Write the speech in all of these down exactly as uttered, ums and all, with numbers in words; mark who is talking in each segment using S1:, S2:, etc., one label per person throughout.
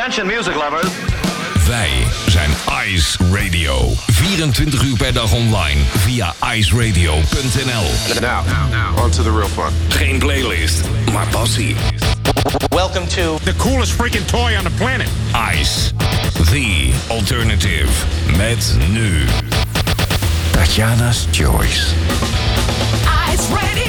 S1: Attention music lovers.
S2: Wij zijn Ice Radio. vierentwintig uur per dag online via ice radio punt n l.
S3: Now, now, on to the real fun.
S2: Geen playlist, maar passie.
S4: Welcome to
S5: the coolest freaking toy on the planet.
S2: Ice, the alternative. Met nu Tatjana's Choice.
S6: Ice Radio.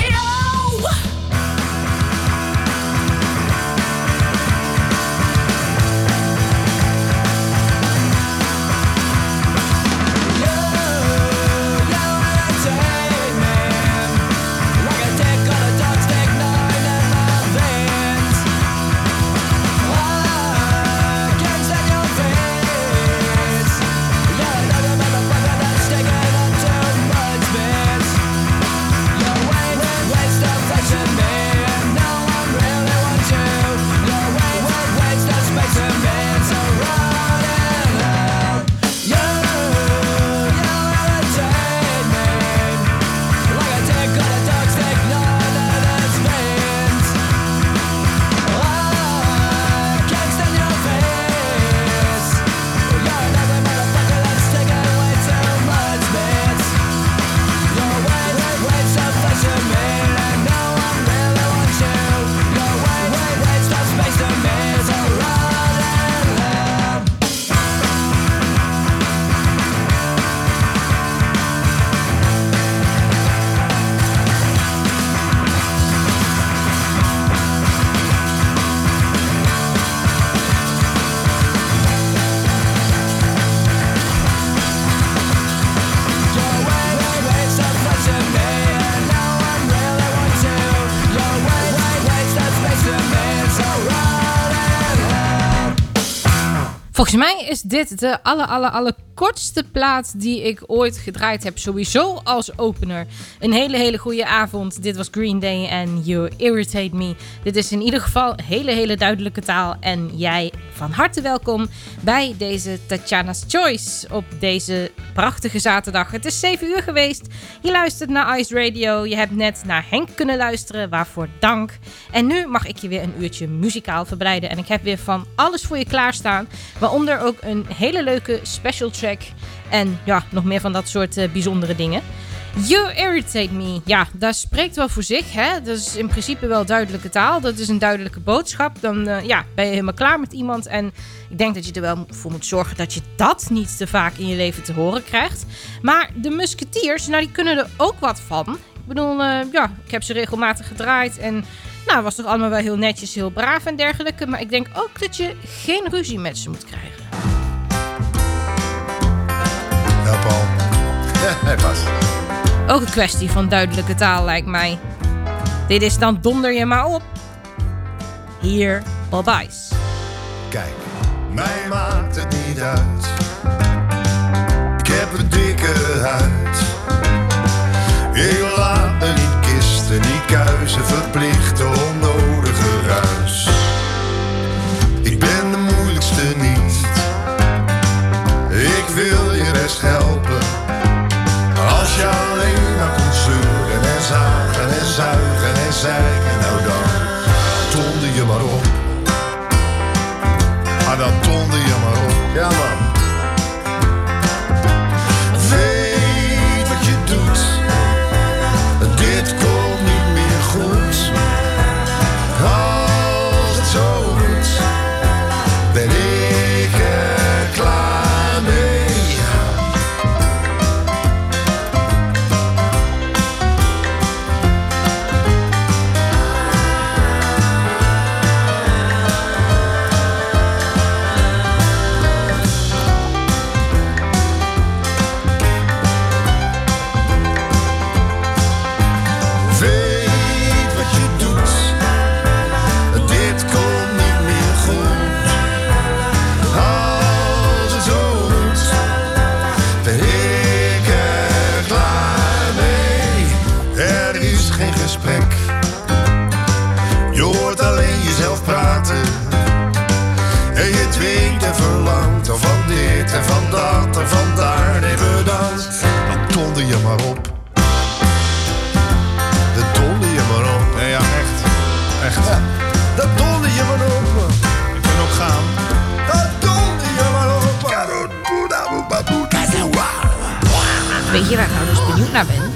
S7: Volgens mij is dit de aller, aller, aller kortste plaat die ik ooit gedraaid heb. Sowieso als opener. Een hele, hele goede avond. Dit was Green Day en You Irritate Me. Dit is in ieder geval hele, hele duidelijke taal. En jij van harte welkom bij deze Tatjana's Choice op deze prachtige zaterdag. Het is zeven uur geweest. Je luistert naar Ice Radio. Je hebt net naar Henk kunnen luisteren. Waarvoor dank. En nu mag ik je weer een uurtje muzikaal verblijden. En ik heb weer van alles voor je klaarstaan. Waaronder ook een hele leuke special track. En ja, nog meer van dat soort uh, bijzondere dingen. You Irritate Me. Ja, dat spreekt wel voor zich. Hè? Dat is in principe wel duidelijke taal. Dat is een duidelijke boodschap. Dan uh, ja, ben je helemaal klaar met iemand. En ik denk dat je er wel voor moet zorgen dat je dat niet te vaak in je leven te horen krijgt. Maar de Musketeers, nou die kunnen er ook wat van. Ik bedoel, uh, ja, ik heb ze regelmatig gedraaid. En nou, was toch allemaal wel heel netjes, heel braaf en dergelijke. Maar ik denk ook dat je geen ruzie met ze moet krijgen.
S8: Ja, Paul. Nee, pas.
S7: Ook een kwestie van duidelijke taal, lijkt mij. Dit is dan Donder je maar op. Hier op Ice.
S8: Kijk, mij maakt het niet uit. Ik heb een dikke huid. Ik laat me niet kisten, niet kuisen, verplichte onnodige ruis. Ik ben de moeilijkste niet. Ik wil je best helpen. Als je alleen maar kon zeuren en zagen en zuigen en zeiken, nou dan donder je maar op. Ah, dan donder je maar op. Ja, man. Weet wat je doet. Dit komt niet meer goed. Als het zo moet, ben ik er klaar mee. Je hoort alleen jezelf praten. En je dwingt en verlangt van dit en van dat en van daar. Nee, bedankt. Dan donder je maar op. Dan donder je maar op.
S5: Nee, ja, echt. Echt.
S8: Ja, dan donder je maar op.
S5: Je kunt ook gaan.
S7: Weet je waar ik nou dus benieuwd naar ben?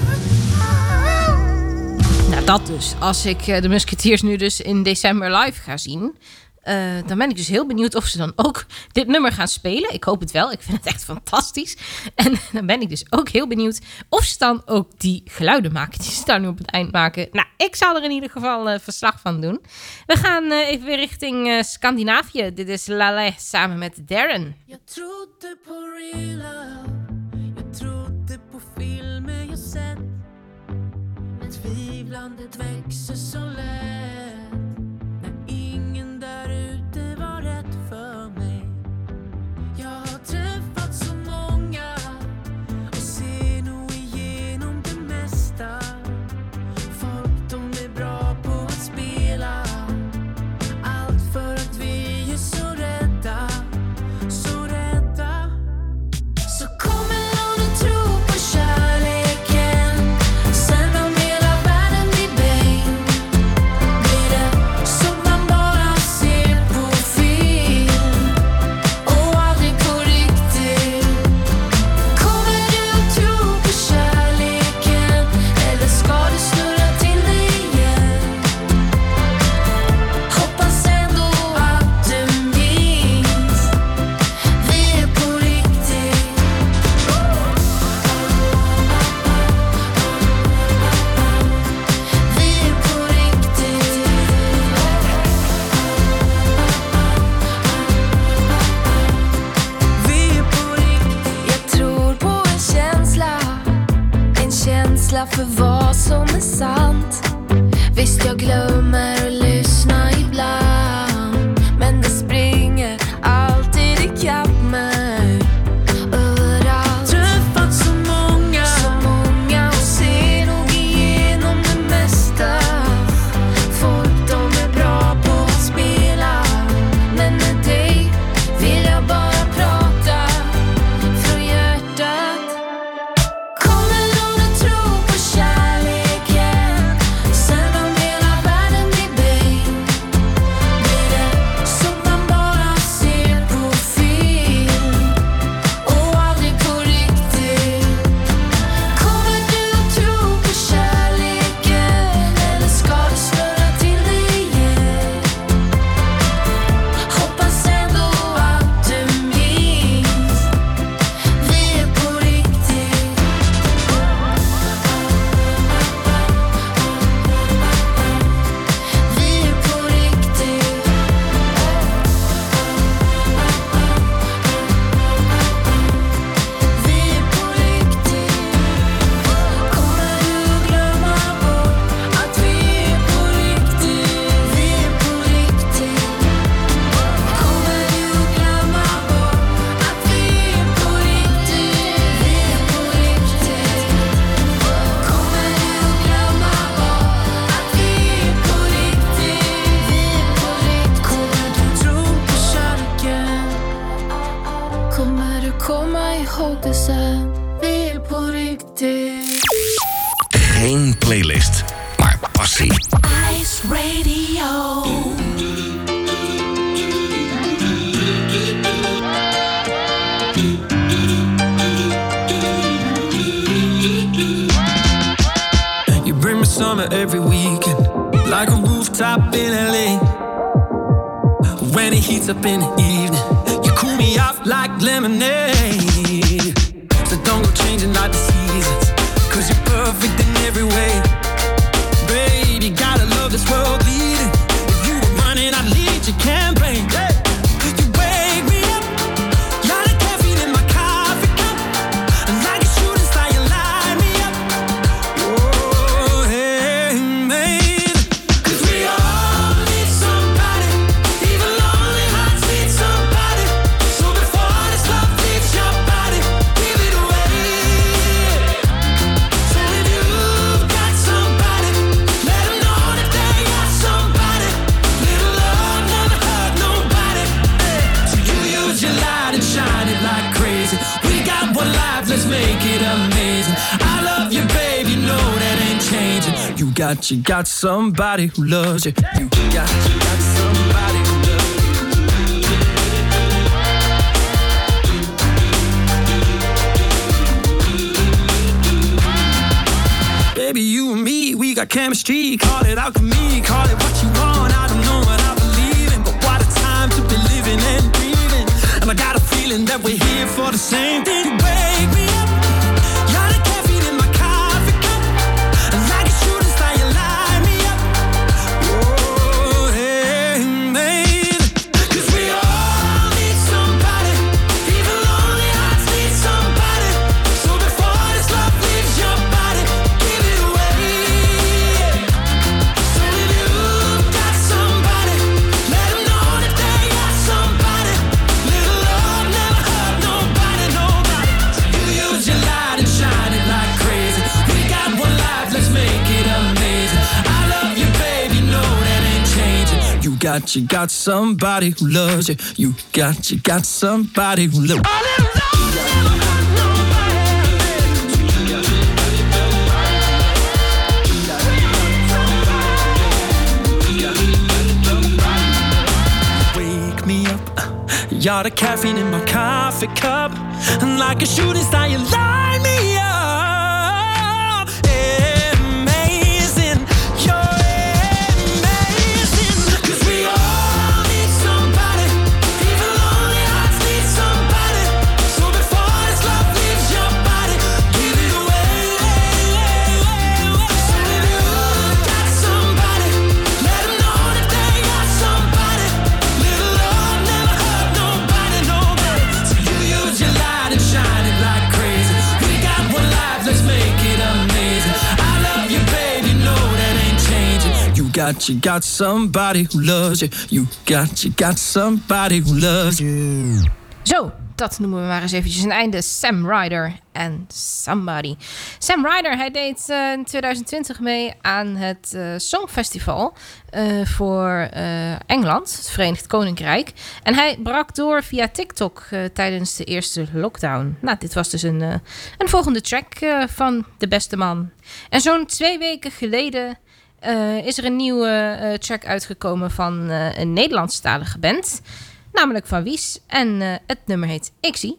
S7: Nou, dat dus. Als ik uh, de Musketeers nu dus in december live ga zien... Uh, dan ben ik dus heel benieuwd of ze dan ook dit nummer gaan spelen. Ik hoop het wel. Ik vind het echt fantastisch. En dan ben ik dus ook heel benieuwd of ze dan ook die geluiden maken die ze daar nu op het eind maken. Nou, ik zal er in ieder geval uh, verslag van doen. We gaan uh, even weer richting uh, Scandinavië. Dit is Laleh samen met Darren.
S1: Jag trodde på real love. Jag trodde på filmer jag sett. Men tvivlandet växer så lätt. När ingen där ute var rätt för mig. Jag har träffat så många och ser nog igenom det mesta. Folk, de är bra på att spela. Allt för att vi är så rädda. Så rädda. Så kommer någon att tro på kärleken. Sen om hela världen blir bäng. Blir det som man bara ser på film. Och aldrig på riktigt. Kommer du att tro på kärleken? Eller ska du snurra till dig igen? Hoppas ändå att du minns. Vi är på riktigt. Vi är på riktigt. Vi är på riktigt. Jag tror på en känsla. En känsla för vad som är sant. Visst, jag glömmer att lyssna ibland. Men det springer alltid ikapp mig. Överallt. Träffat så många. Så många. Och ser nog igenom det mesta. Folk, de är bra på att spela. Men med dig vill jag bara prata från hjärtat. Kommer någon att tro på kärleken? Sen om hela världen blir bäng. Blir det som man bara ser på film. Och aldrig på riktigt. Kommer du att tro på kärleken? Eller ska du snurra till dig igen? Hoppas ändå att du minns. Vi är på riktigt. Vi är på riktigt. Vi är på riktigt. Kommer du glömma bort att vi är på riktigt? Vi är på riktigt. Kommer du glömma bort att vi är på riktigt? Vi är på riktigt. Kommer du glömma bort att vi är på riktigt? Vi är på riktigt. Kommer du tro på kärleken? Kommer du komma ihåg det sen? Vi är på riktigt.
S2: Geen playlist, maar passie.
S1: Ice Radio.
S9: You bring me summer every weekend, like a rooftop in L A. When it heats up in the evening, you cool me off like lemonade. So don't go changing like the seasons, cause you're perfect in every way. Babe, you gotta love this world leading. If you were running, I'd lead your campaign. Hey. You wake me up, you're the caffeine in my coffee cup. And like a shooting star, you light me up. Oh, hey, man. Cause we all need somebody, even lonely hearts need somebody. So before this love takes your body, give it away. So if you've got somebody, let them know that they got somebody. Little love never hurt nobody. Hey. So you use your light and shine it like crazy. We got one life, let's make it amazing. I love you, babe, you know that ain't changing. You got, you got somebody who loves you. You got, you got somebody who loves you. got chemistry, call it alchemy, call it what you want. I don't know what I believe in, but what a time to be living and breathing. And I got a feeling that we're here for the same thing. Wake me up, you're the caffeine in my coffee cup. And like a shooting star, you light me up. Oh, hey, baby. 'Cause we all need somebody, even lonely hearts need somebody. So before this love leaves your body, give it away. So if you've got somebody, let them know that they got somebody. Little love never hurt nobody, nobody. You use your light and shine it like crazy. We got one life, let's make it amazing. I love you, baby, no, that ain't changing. You got, you got somebody who loves you. You got, you got somebody who loves you. Wake me up, you're the caffeine in my coffee cup. And like a shooting star, you light me up. Amazing, you're amazing. 'Cause we all need somebody, even lonely hearts need somebody. So before this love leaves your body, give it away. So if you've got somebody, let them know that they got somebody. Little love never hurt nobody, nobody. So you use your light and shine it like crazy. We got one life, let's make it amazing. I love you, baby, no, that ain't changing. You got, you got somebody who loves you. You got, you got somebody who loves you.
S7: Zo, dat noemen we maar eens eventjes een einde. Sam Ryder en Somebody. Sam Ryder, hij deed uh, in twintig twintig mee aan het uh, Songfestival uh, voor uh, Engeland, het Verenigd Koninkrijk. En hij brak door via TikTok uh, tijdens de eerste lockdown. Nou, dit was dus een, uh, een volgende track uh, van De Beste Man. En zo'n twee weken geleden uh, is er een nieuwe uh, track uitgekomen van uh, een Nederlandstalige band. Namelijk van Wies. En uh, het nummer heet Ik Zie.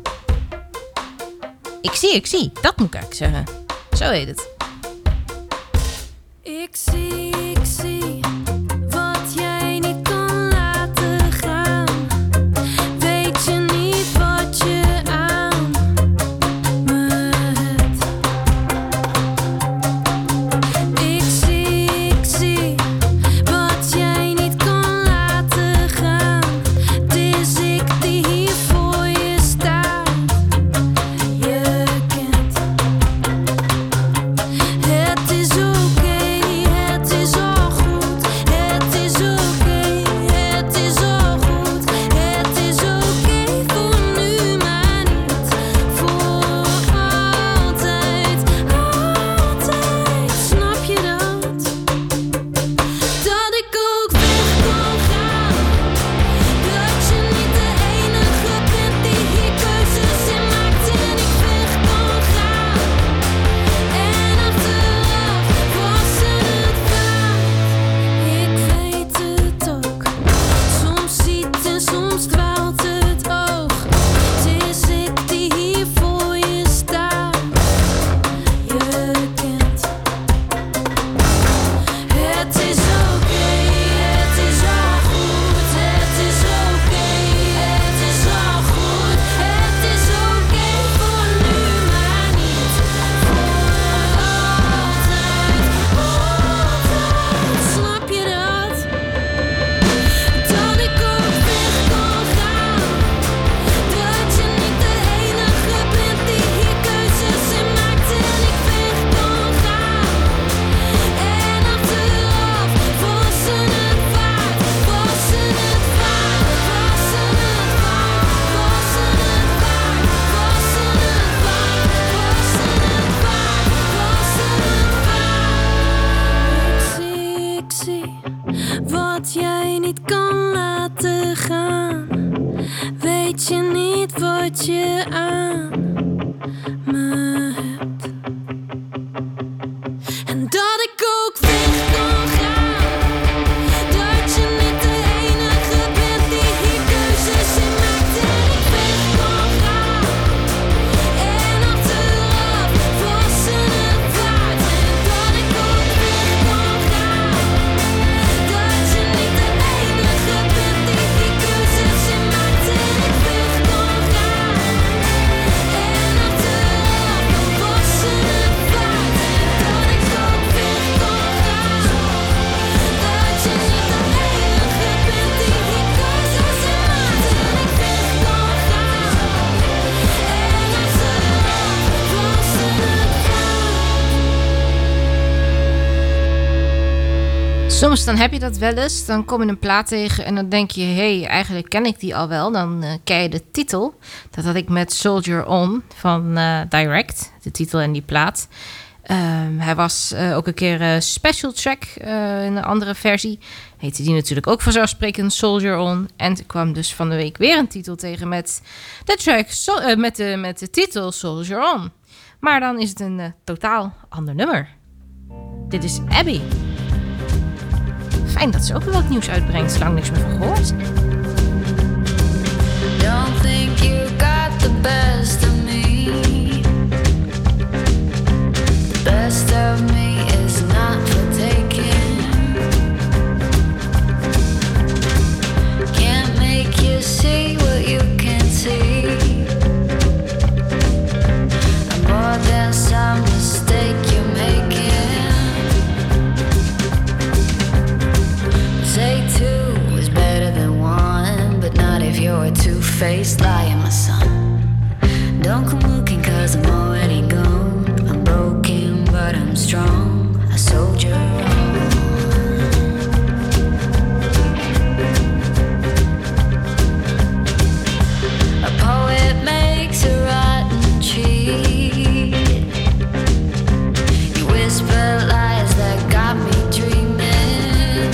S7: Ik zie, ik zie. Dat moet ik eigenlijk zeggen. Zo heet het.
S1: Ik zie, ik zie wat jij niet kon laten gaan. Weet je niet wat je aan me hebt? Ik zie, ik zie wat jij niet kon laten gaan. Het is ik die hier voor je staat. Je kent. Het is oké, het is al goed. Het is oké, het is al goed. Het is oké voor nu, maar niet voor altijd. Altijd, snap je dat? Dat ik ook weg kon gaan. Dat je niet de enige bent die hier keuzes in maakt en ik weg kon gaan. En achteraf was het waar. Ik weet het ook. Soms ziet en soms dwaalt het oog. Het is ik die hier voor je staat. Je kent. Het is oké, het is al goed. Het is oké, het is al goed. Het is oké voor nu, maar niet voor altijd. Altijd, snap je dat? Dat ik ook weg kon gaan. Dat je niet de enige bent die hier keuzes in maakt en ik weg kon gaan. En achteraf was het waard, was het waard, was het waard, was het waard, was het waard, was het waard, was het waard. Ik zie, ik zie wat jij niet kan laten gaan. Weet je niet wat je aan me hebt? En dat ik ook weg kon gaan. Dat je niet de enige bent die hier keuzes in maakt en ik weg kon gaan. En achteraf was het waard. En dat ik ook weg
S7: Soms dan heb je dat wel eens. Dan kom je een plaat tegen en dan denk je... hé, hey, eigenlijk ken ik die al wel. Dan uh, ken je de titel. Dat had ik met Soldier On van uh, Direct. De titel en die plaat. Uh, hij was uh, ook een keer uh, special track uh, in een andere versie. Heette die natuurlijk ook vanzelfsprekend Soldier On. En er kwam dus van de week weer een titel tegen met de track so- uh, met, de, met de titel Soldier On. Maar dan is het een uh, totaal ander nummer. Dit is Abby. Fijn dat ze ook wel wat nieuws uitbrengt. Lang niks meer van gehoord.
S1: Don't think you got the best of me. The best of me is not for taking. Can't make you see what you can't see. I'm more than some mistake you're making. Say two is better than one, but not if you're a two-faced liar, my son. Don't come looking cause I'm already gone. I'm broken but I'm strong. I soldier on. A poet makes a rotten cheat. You whisper lies that got me dreaming.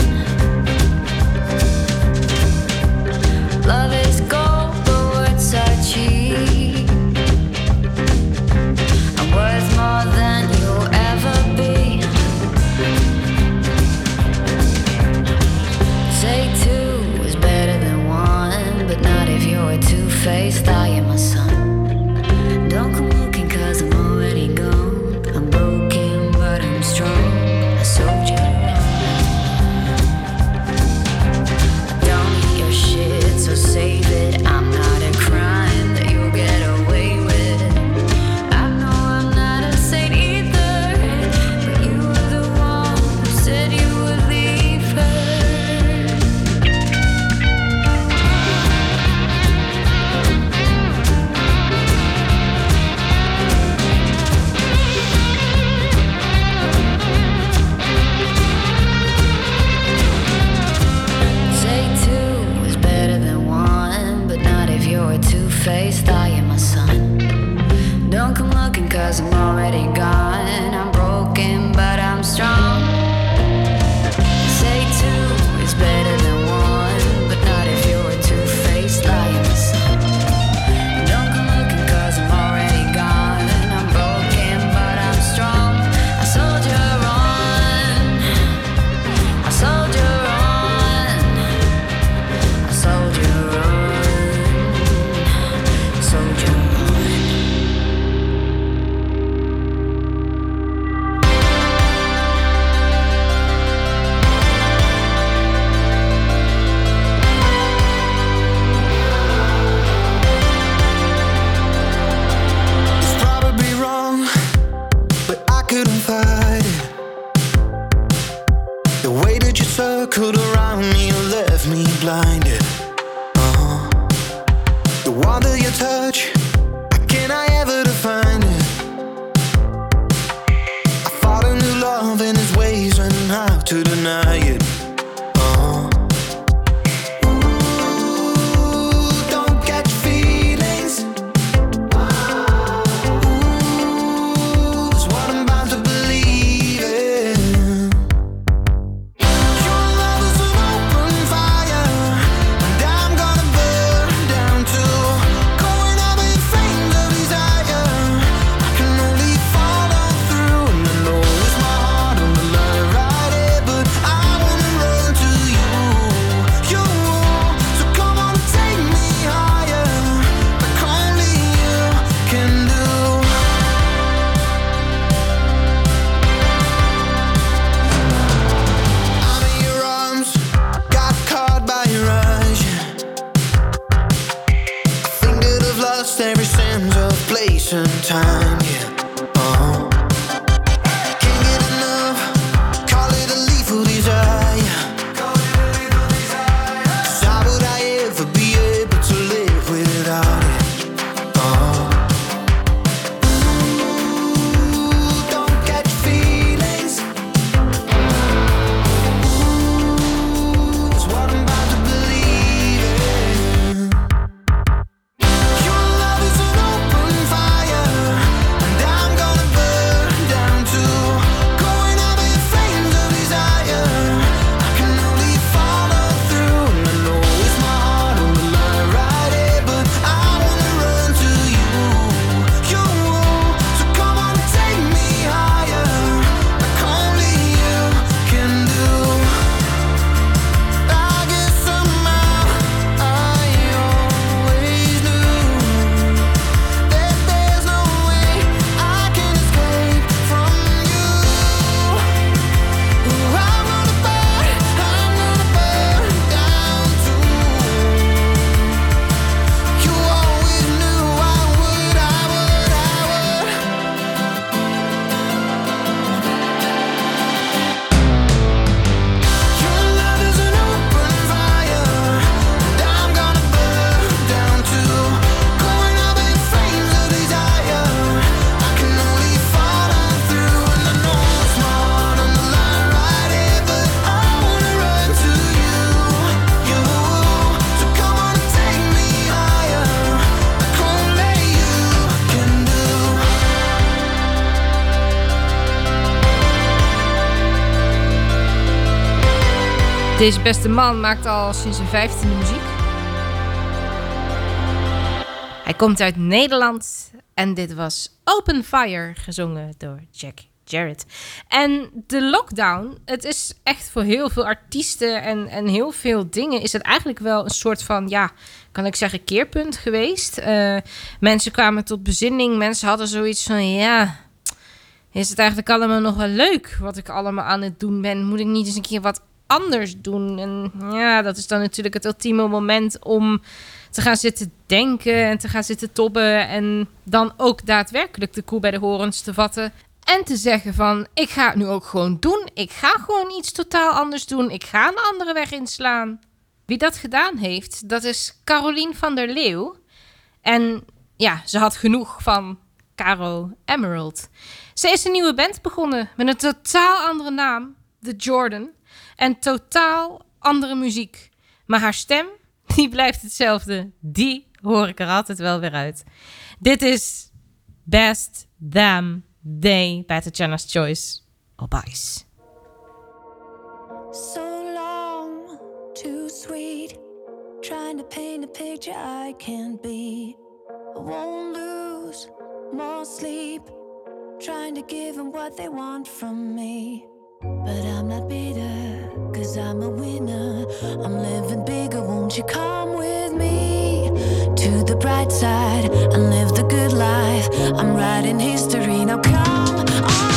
S1: Love is gold, but words are cheap. I'm worth more than you'll ever be. Say two is better than one, but not if you're a two-faced liar, my son. Don't come looking cause I'm already gone. I'm broken, but I'm strong. I soldier on. Don't eat your shit, so save it. I'm not a crime that you'll get away with. I know I'm not a saint either, but you were the one who said you would leave her. Say two is better than one, but not if you're a two-faced liar, my son. Don't come looking cause I'm already gone. I'm broken but I'm strong. Say two is better than one, but not if you're a two-faced liar, my son. Don't come looking cause I'm already gone. I'm broken but I'm strong. I soldier on. I soldier on. I soldier on. Soldier on.
S9: It's probably wrong, but I couldn't fight it. The way that you circled around me, you left me blinded. Uh-huh. The wonder you touch, how can I ever define it? I found a new love in his ways, and how to deny it? Uh-huh. Ooh, don't catch feelings. Ooh, is what I'm about to believe in. Your love is an open fire, and I'm gonna burn down too. Going up in flames of desire. I can only follow through, and I know it's my heart on the line right here, but I wanna run to you, you. So come on, take me higher, like only you can do. I'm in your arms, got caught by your eyes. I think that I've lost every sense of place and time. Yeah, uh-huh. Can't get enough, call it a lethal desire. 'Cause how would I ever be able to live without it? Uh-huh. Ooh, don't catch feelings. Ooh,
S7: Deze beste man maakt al sinds zijn vijftiende muziek. Hij komt uit Nederland en dit was Open Fire, gezongen door Jack Jarrett. En de lockdown, het is echt voor heel veel artiesten en, en heel veel dingen is het eigenlijk wel een soort van, ja, kan ik zeggen, keerpunt geweest. Uh, mensen kwamen tot bezinning, mensen hadden zoiets van, ja, is het eigenlijk allemaal nog wel leuk wat ik allemaal aan het doen ben? Moet ik niet eens een keer wat anders doen? En ja, dat is dan natuurlijk het ultieme moment om te gaan zitten denken en te gaan zitten tobben en dan ook daadwerkelijk de koe bij de horens te vatten en te zeggen van, ik ga het nu ook gewoon doen. Ik ga gewoon iets totaal anders doen. Ik ga een andere weg inslaan. Wie dat gedaan heeft, dat is Carolien van der Leeuw. En ja, ze had genoeg van Caro Emerald. Ze is een nieuwe band begonnen met een totaal andere naam, The Jordan. En totaal andere muziek. Maar haar stem, die blijft hetzelfde. Die hoor ik er altijd wel weer uit. Dit is Best Damn Day bij Tatjana's Choice op Ice.
S10: So long, too sweet. Trying to paint a picture I can't be. I won't lose more sleep. Trying to give them what they want from me. But I'm not bitter, cause I'm a winner. I'm living bigger, won't you come with me to the bright side and live the good life? I'm writing history, now come on.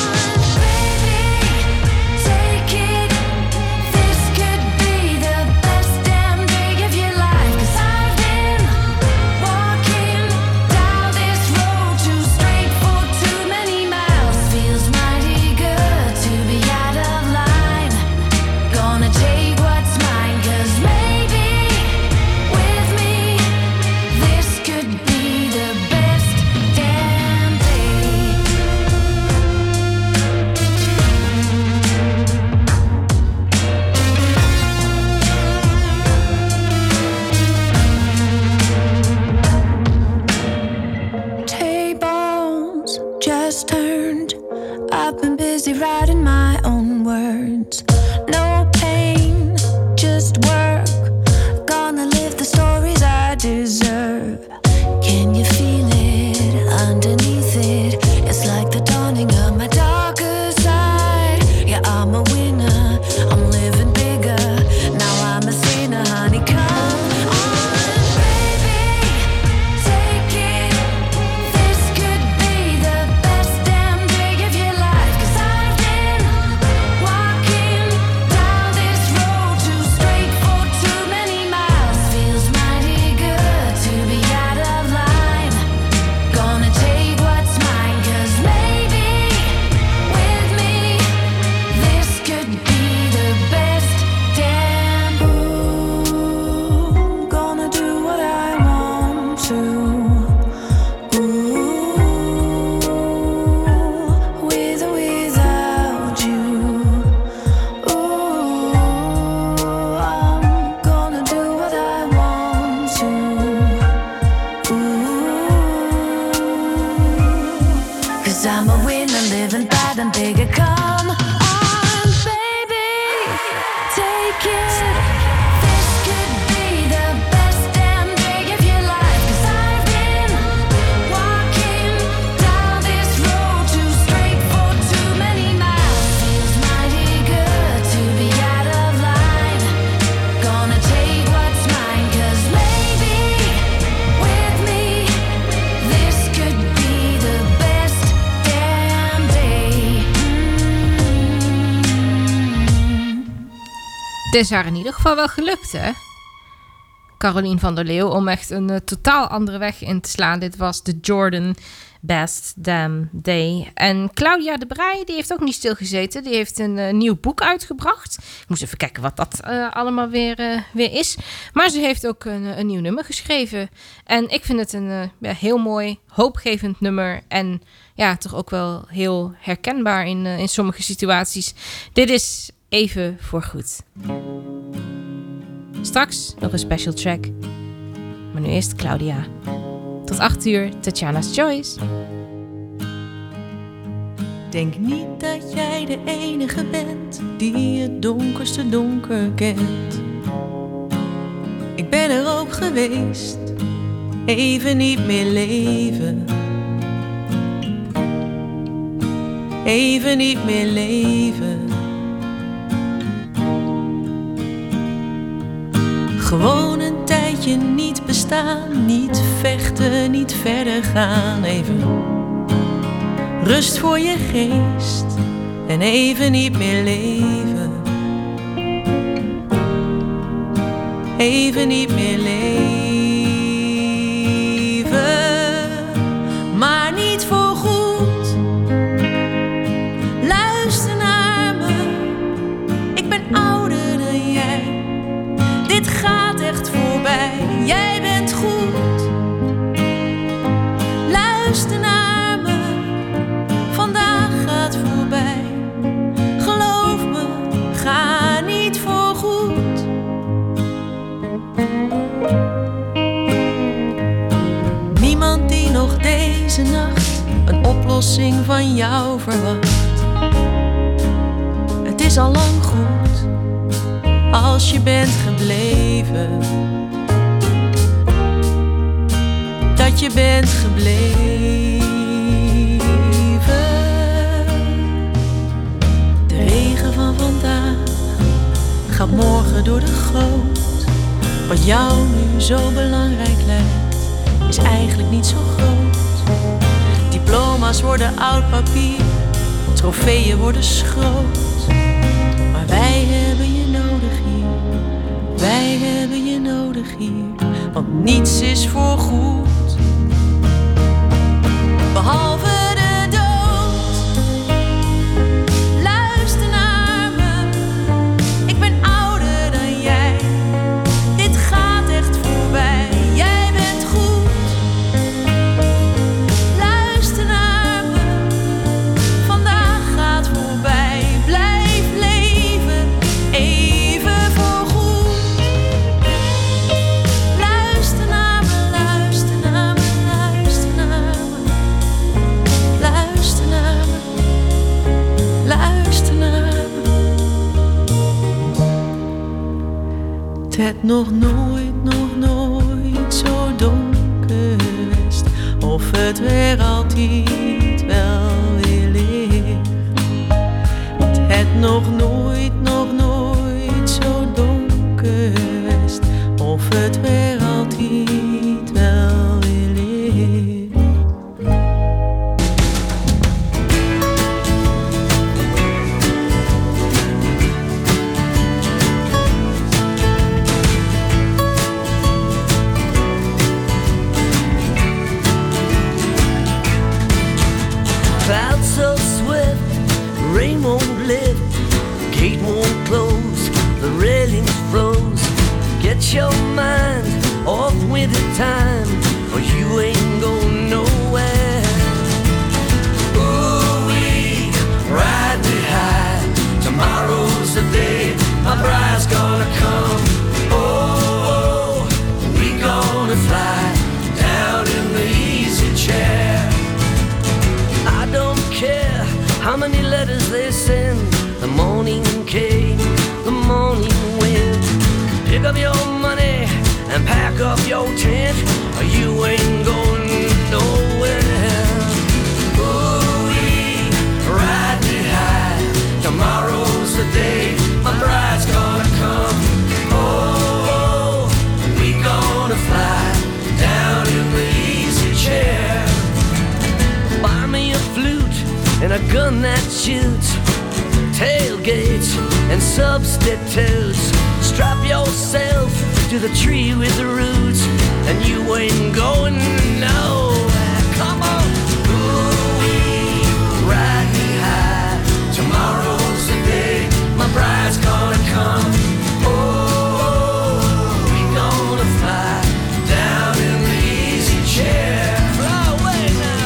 S10: Writing my own words. No pain, just work. Gonna live the stories I deserve. Can you feel it underneath it? It's like the dawning of my darker side. Yeah, I'm a winner, I'm living bigger. Now I'm a sinner, honey, come on, baby, take it. This could be the best damn day of your life. Cause I walking down this road too straight for too many miles. Feels mighty good to be out of line. Gonna take what's mine, cause maybe with me this could be the best damn. Ooh, gonna do what I want to. Ooh, with or without you. Ooh, I'm gonna do what I want to. Ooh, cause I'm a winner, living bad and bigger. Come on, baby, take it. This could be the best damn day of your life. Cause I've been walking down this road too straight for too many miles. Feels mighty good to be out of line. Gonna take what's mine, cause maybe with me this could be the best damn day. Mm.
S7: Het is haar in ieder geval wel gelukt, hè? Carolien van der Leeuw, om echt een uh, totaal andere weg in te slaan. Dit was de Jordan Best Damn Day. En Claudia de Breij, die heeft ook niet stilgezeten. Die heeft een uh, nieuw boek uitgebracht. Ik moest even kijken wat dat uh, allemaal weer, uh, weer is. Maar ze heeft ook een, een nieuw nummer geschreven. En ik vind het een uh, ja, heel mooi, hoopgevend nummer. En ja, toch ook wel heel herkenbaar in, uh, in sommige situaties. Dit is Even voor Goed. Straks nog een special track. Maar nu eerst Claudia. Tot acht uur, Tatjana's Choice.
S11: Denk niet dat jij de enige bent die het donkerste donker kent. Ik ben er ook geweest, even niet meer leven. Even niet meer leven. Gewoon een tijdje niet bestaan, niet vechten, niet verder gaan. Even rust voor je geest en even niet meer leven. Even niet meer leven, maar niet voor goed. Luister naar me, ik ben ouder dan jij. Dit gaat echt voorbij, jij bent goed. Luister naar me, vandaag gaat voorbij. Geloof me, ga niet voor goed. Niemand die nog deze nacht een oplossing van jou verwacht. Het is al lang goed als je bent gebleven. Dat je bent gebleven. De regen van vandaag gaat morgen door de goot. Wat jou nu zo belangrijk lijkt, is eigenlijk niet zo groot. Diploma's worden oud papier, trofeeën worden schroot. Maar wij hebben je nodig hier, wij hebben je nodig hier. Want niets is voorgoed, behalve de dood. Luister naar me, ik ben ouder dan jij. Dit gaat echt voorbij, jij bent goed. Luister naar me, vandaag gaat voorbij. Blijf leven, even voorgoed. Luister naar me, luister naar me, luister naar me. Luister naar me, luister naar me. Het het nog nooit, nog nooit zo donker is. Of het weer altijd wel weer licht. Het het nog nooit, nog nooit zo donker is. Of het weer altijd wel weer licht.
S12: Clouds so swift, rain won't lift, gate won't close, the railings froze. Get your mind off winter time, or you ain't going nowhere. Ooh, we ride me high. Tomorrow's the day my bride's gonna come. Oh, we gonna fly down in the easy chair. I don't care how many letters they send. The morning came, the morning went. Pick up your money and pack up your tent, or you ain't going nowhere. Ooh, we ride me high. Tomorrow's the day my bride's gonna come. Oh, we gonna fly down in the easy chair. Buy me a flute and a gun that shoots, tailgates and substitutes. Strap yourself to the tree with the roots, and you ain't going nowhere. Come on. Ooh, we ride me high. Tomorrow's the day my bride's gonna come. Oh, we gonna fly down in the easy chair. Fly away now.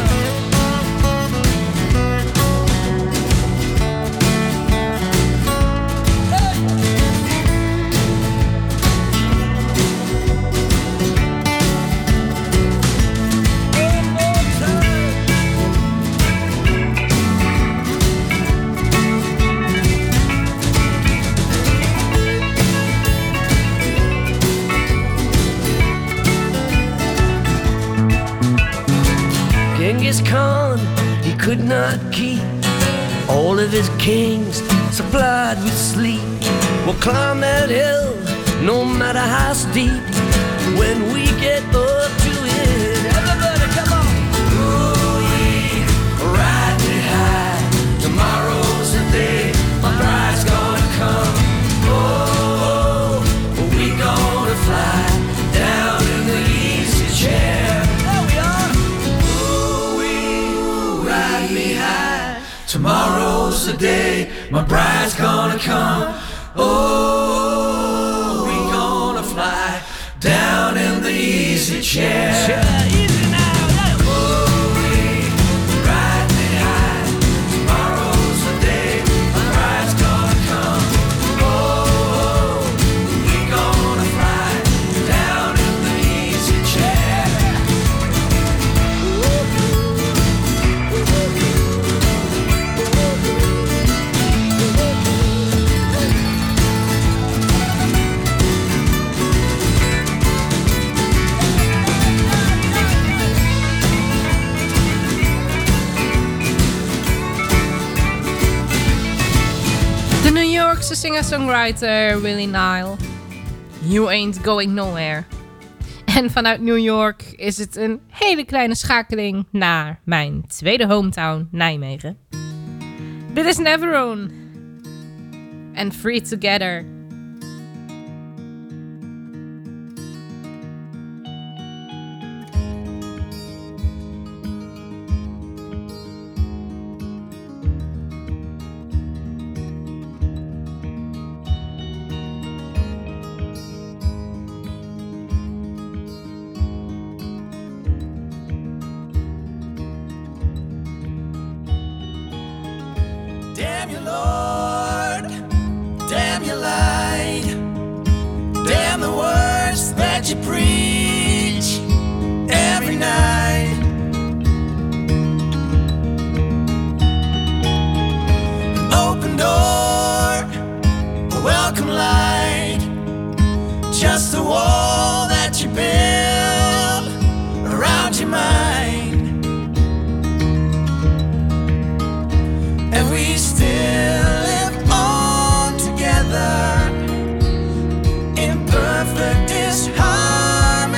S12: Genghis Khan, he could not keep all of his kings supplied with sleep. We'll climb that hill, no matter how steep. When we get up to it, everybody come on. Ooh-wee, ride me high. Tomorrow's the day my bride's gonna come. Oh, we gonna fly down in the easy chair. There we are. Ooh-wee, ride me high. Tomorrow's the day my bride's gonna come. Oh, we gonna fly down in the easy chair. Yeah, easy now, yeah. Ooh-wee, ride me high. Tomorrow's the day my bride's gonna come. Oh, we gonna fly down in the easy chair.
S7: De New Yorkse singer-songwriter Willie Nile. You Ain't Going Nowhere. En vanuit New York is het een hele kleine schakeling naar mijn tweede hometown, Nijmegen. Dit is Neverone. En Free Together.
S12: Damn you, Lord. Damn your light. Damn the words that you preach every night. An open door, a welcome light. Just a wall that you build around your mind. And we still live on together in perfect disharmony.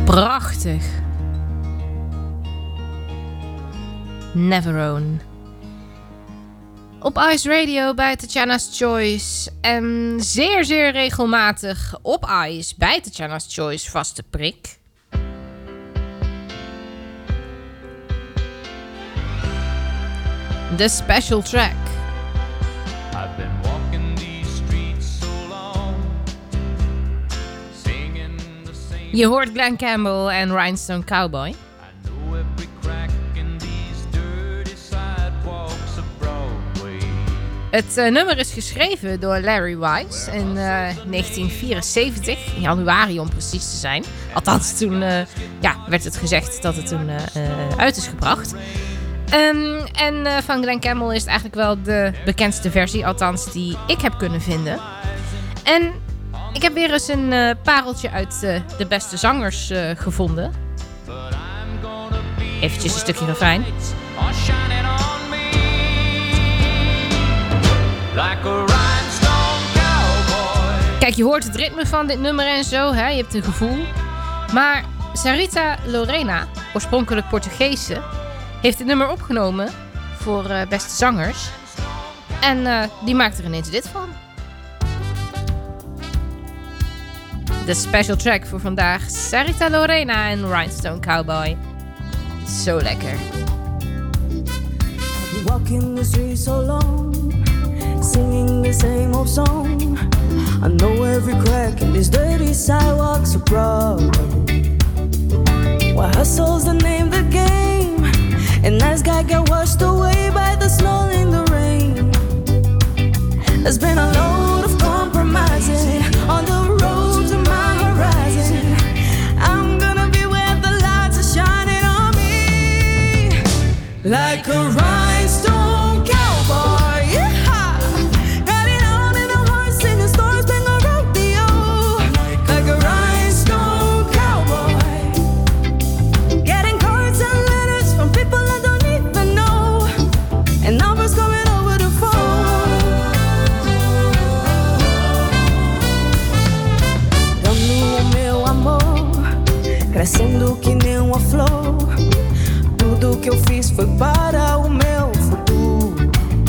S7: Prachtig. Never Own. Op Ice Radio bij Tatjana's Choice. En zeer, zeer regelmatig op Ice bij Tatjana's Choice vaste prik. The special track.
S13: I've been walking these streets so long, singing the same.
S7: Je hoort Glen Campbell en Rhinestone Cowboy.
S13: I know every crack in these dirty sidewalks of Broadway.
S7: Het uh, nummer is geschreven door Larry Wise in uh, negentien vierenzeventig, in januari om precies te zijn. Althans, toen uh, ja, werd het gezegd dat het toen uh, uh, uit is gebracht. Um, en uh, van Glen Campbell is het eigenlijk wel de bekendste versie, althans die ik heb kunnen vinden. En ik heb weer eens een uh, pareltje uit uh, de beste zangers uh, gevonden. Eventjes een stukje refrein. Kijk, je hoort het ritme van dit nummer en zo, hè? Je hebt een gevoel. Maar Sarita Lorena, oorspronkelijk Portugese, heeft het nummer opgenomen voor uh, beste zangers. En uh, die maakt er ineens dit van. De special track voor vandaag. Sarita Lorena en Rhinestone Cowboy. Zo lekker.
S14: I've been walking the streets so long, singing the same old song. I know every crack in these dirty sidewalks of Broadway. Well, hustle's the name of the game, and nice guy got washed away by the snow in the rain. There's been a load of compromising on the road to my horizon. I'm gonna be where the lights are shining on me, like a rhinestone cowboy. Yeah, riding on in a horse, singing stories, being a rodeo, like a rhinestone cowboy. Getting cards and letters from people I don't even know, and numbers coming over the phone. Dando o meu amor, crescendo que nem uma flor. Tudo que eu fiz foi para o meu futuro.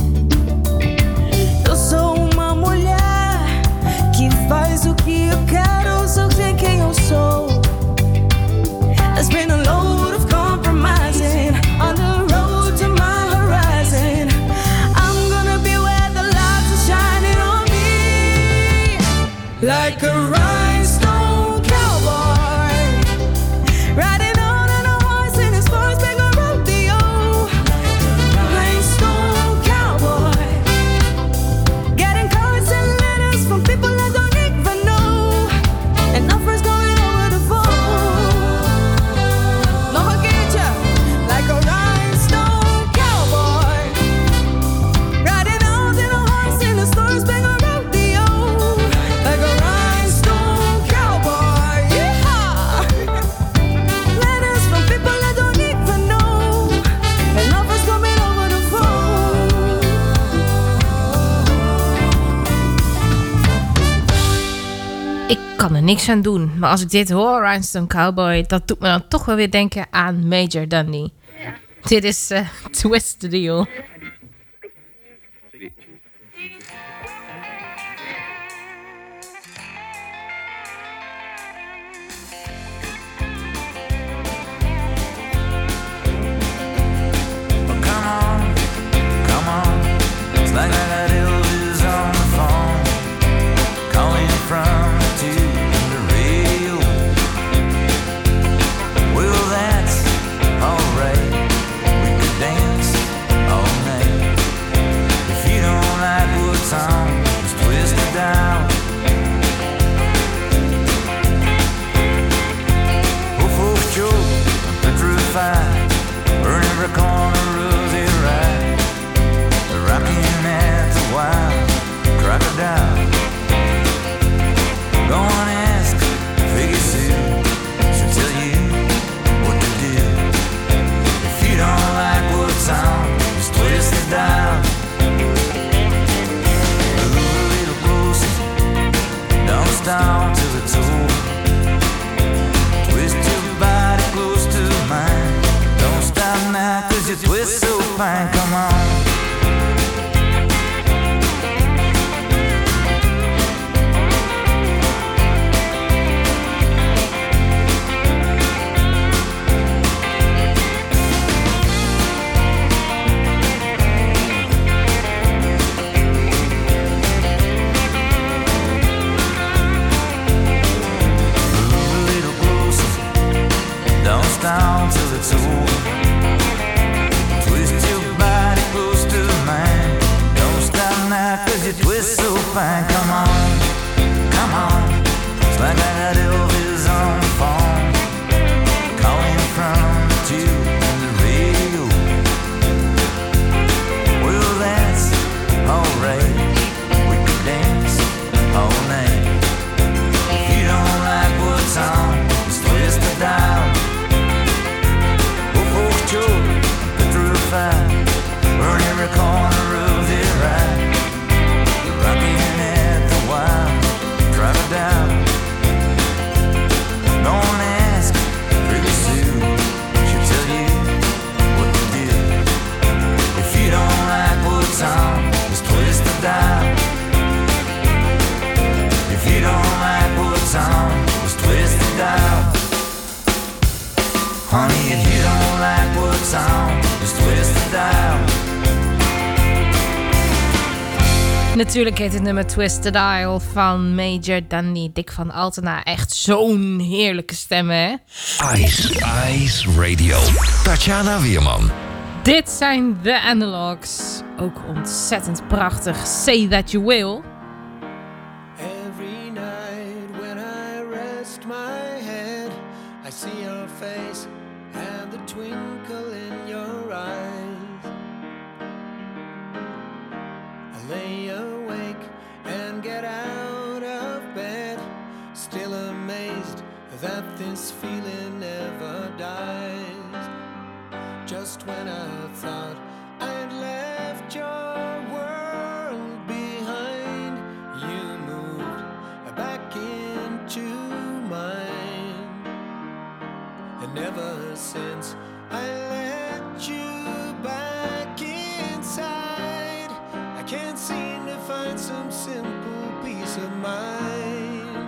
S14: Eu sou uma mulher que faz o que eu quero, só sei quem eu sou. There's been a load of compromising on the road to my horizon. I'm gonna be where the lights are shining on me, like a rhinestone cowboy, riding on in a horse in his first big rodeo. Rhinestone cowboy, getting cards and letters from people I don't even know, and offers going over the phone. Nog een keertje, like a rhinestone cowboy, riding out in a horse in a store's big rodeo, like a rhinestone cowboy. Yeah, letters from people I don't even know, and offers coming over the phone.
S7: Ik kan er niks aan doen, maar als ik dit hoor, Rhinestone Cowboy, dat doet me dan toch wel weer denken aan Major Dundee. Dit is uh, Twist the Deal.
S12: Come on, come on. It's like I got Elvis on the phone, calling from the tube and the radio. Well, that's alright. We could dance all night.
S15: fine, come on. Down till it's over. Twist your body close to mine. Don't stop now cause you twist so fine. Come on, come on. It's like I got Elvis on the phone, calling from the tube and the radio. Well that's alright. We could dance all night. If you don't like what's on, just twist the dial. Burn every corner of the ride. Rocking at the wild, drive it down. Don't ask, pretty soon she'll tell you what to do. If you don't like what's on, just twist the dial. If you don't like what's on, just twist the dial. Honey, if you don't like what's on, just twist the dial.
S7: Natuurlijk heet het nummer Twist the Dial van Major Dundee. Dick van Altena. Echt zo'n heerlijke stem, hè?
S2: Ice, Ice Radio. Tatjana Weerman.
S7: Dit zijn The Analogs. Ook ontzettend prachtig. Say That You Will.
S12: Every night when I rest my head, I see your face and the twinkle in your eyes. I lay awake and get out of bed, still amazed that this feeling never dies. Just when I thought I'd left your world behind, you moved back into mine. And ever since I let you back inside, I can't seem to find some simple peace of mind.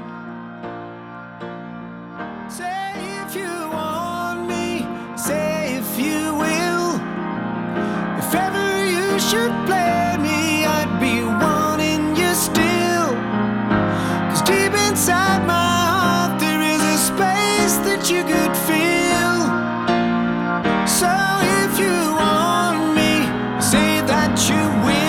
S12: Say if you want me, say if you will. If ever you should play me, I'd be wanting you still. 'Cause deep inside my heart there is a space that you could feel. So if you want me, say that you will.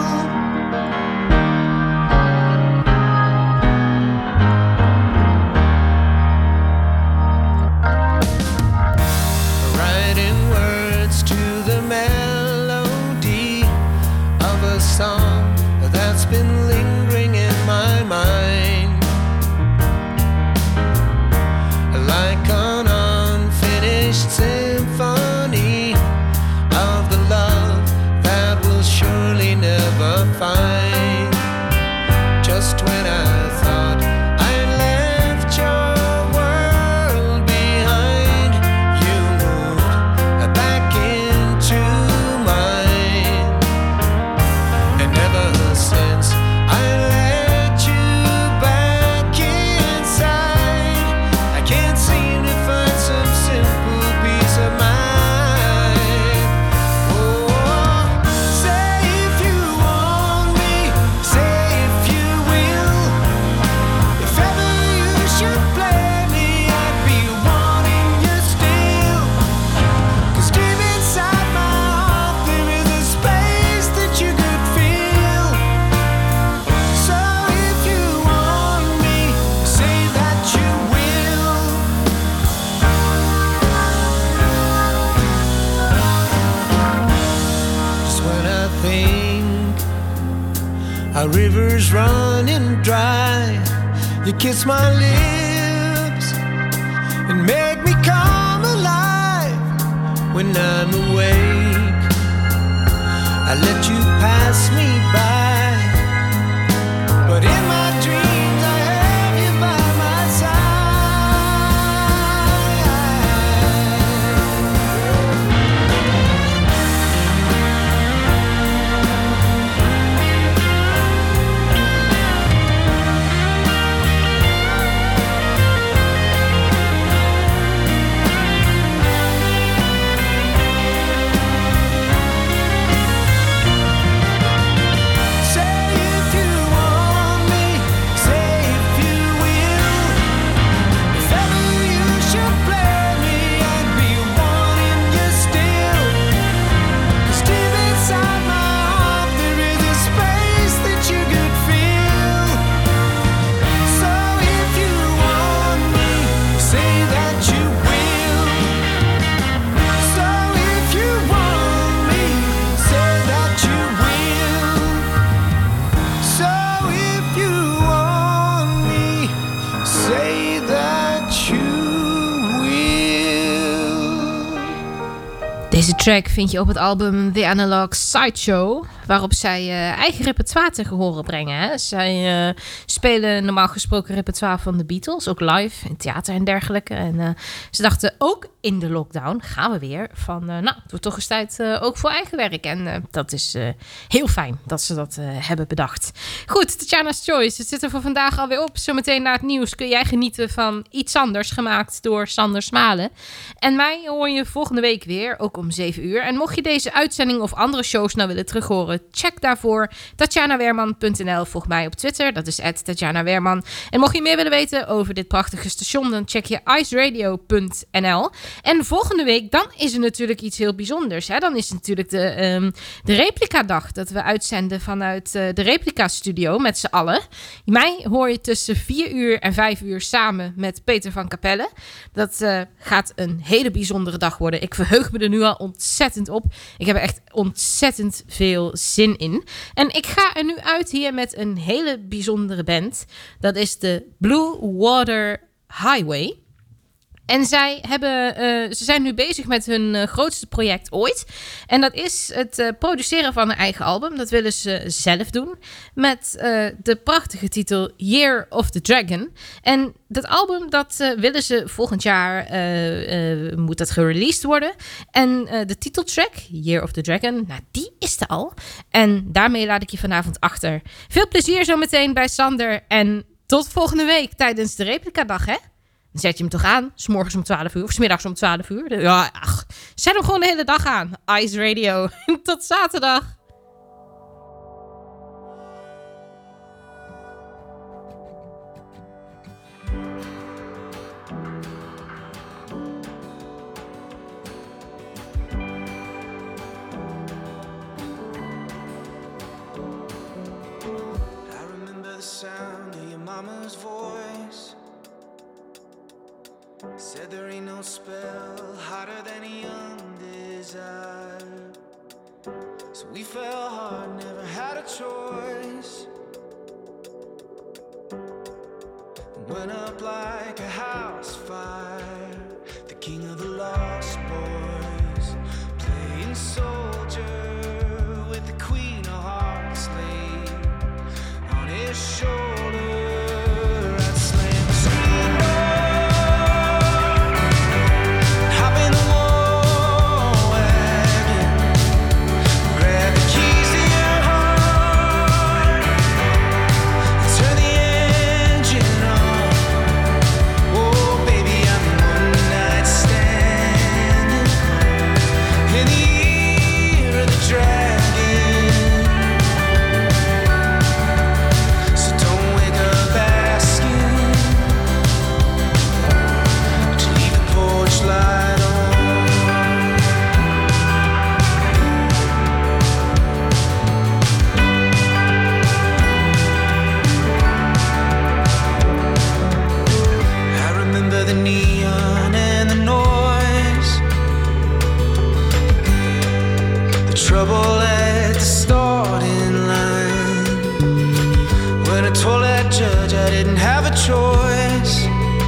S12: Writing words to the melody of a song that's been lingering in my mind, like an unfinished symphony of the love that we'll surely never find. Just when I thought I left your world behind, you moved back into mine. And ever since I let you back inside, I can't seem to find some simple peace of mind. Oh, say if you want me, say if you will. If ever you should play me, I'd be wanting you still. 'Cause deep inside my heart there is a space that you could feel. So if you want me, say that you will. Just when I think our river's running dry, you kiss my lips and make me come alive. When I'm awake, I let you pass me by, but in my dreams I have you by my side.
S7: Deze track vind je op het album The Analog Sideshow, waarop zij uh, eigen repertoire tegen horen brengen. Hè. Zij uh, spelen normaal gesproken repertoire van de Beatles, ook live in theater en dergelijke. En uh, ze dachten ook in de lockdown, gaan we weer, van uh, nou, het wordt toch eens tijd uh, ook voor eigen werk. En uh, dat is uh, heel fijn dat ze dat uh, hebben bedacht. Goed, Tatjana's Choice, het zit er voor vandaag alweer op. Zometeen na het nieuws kun jij genieten van iets anders, gemaakt door Sander Smalen. En mij hoor je volgende week weer, ook om zeven uur. En mocht je deze uitzending of andere shows nou willen terughoren, check daarvoor tatjana weerman punt n l. Volg mij op Twitter, dat is at tatjana weerman. En mocht je meer willen weten over dit prachtige station, dan check je ice radio punt n l. En volgende week, dan is er natuurlijk iets heel bijzonders. Hè? Dan is het natuurlijk de, um, de Replica-dag, dat we uitzenden vanuit uh, de Replica-studio met z'n allen. Mij hoor je tussen vier uur en vijf uur samen met Peter van Capelle. Dat uh, gaat een hele bijzondere dag worden. Ik verheug me er nu al ontzettend op. Ik heb er echt ontzettend veel zin in. En ik ga er nu uit hier met een hele bijzondere band. Dat is de Blue Water Highway. En zij hebben, uh, ze zijn nu bezig met hun uh, grootste project ooit. En dat is het uh, produceren van een eigen album. Dat willen ze zelf doen. Met uh, de prachtige titel Year of the Dragon. En dat album, dat uh, willen ze volgend jaar, uh, uh, moet dat gereleased worden. En uh, de titeltrack, Year of the Dragon, nou die is er al. En daarmee laat ik je vanavond achter. Veel plezier zometeen bij Sander. En tot volgende week tijdens de Replica-dag, hè? Dan zet je hem toch aan, 's morgens om twaalf uur of 's middags om twaalf uur. Ja, ach, zet hem gewoon de hele dag aan. Ice Radio. Tot zaterdag.
S16: I remember the sound of your mama's voice. Said there ain't no spell hotter than a young desire. So we fell hard, never had a choice. Went up like a house fire. The king of the lost boys, playing soldier with the queen of hearts laid on his shoulder. I'd slam the screen door. Trouble at the starting line. When I told that judge I didn't have a choice,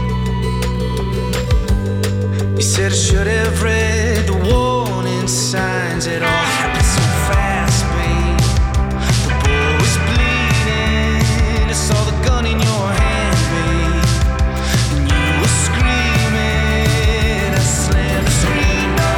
S16: he said I should have read the warning signs. It all happened so fast, babe. The boy was bleeding. I saw the gun in your hand, babe, and you were screaming. I slammed the screen door.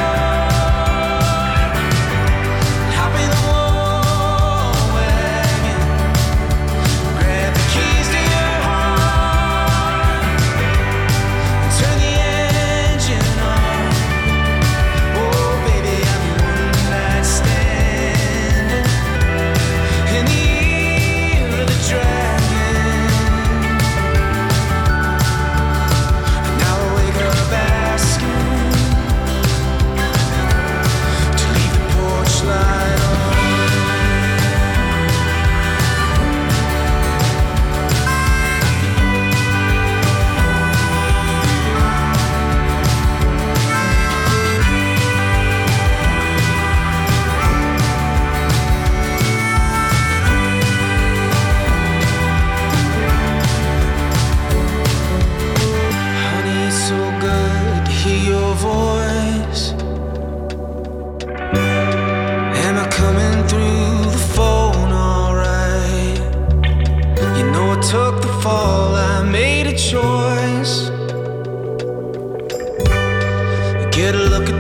S12: get a look at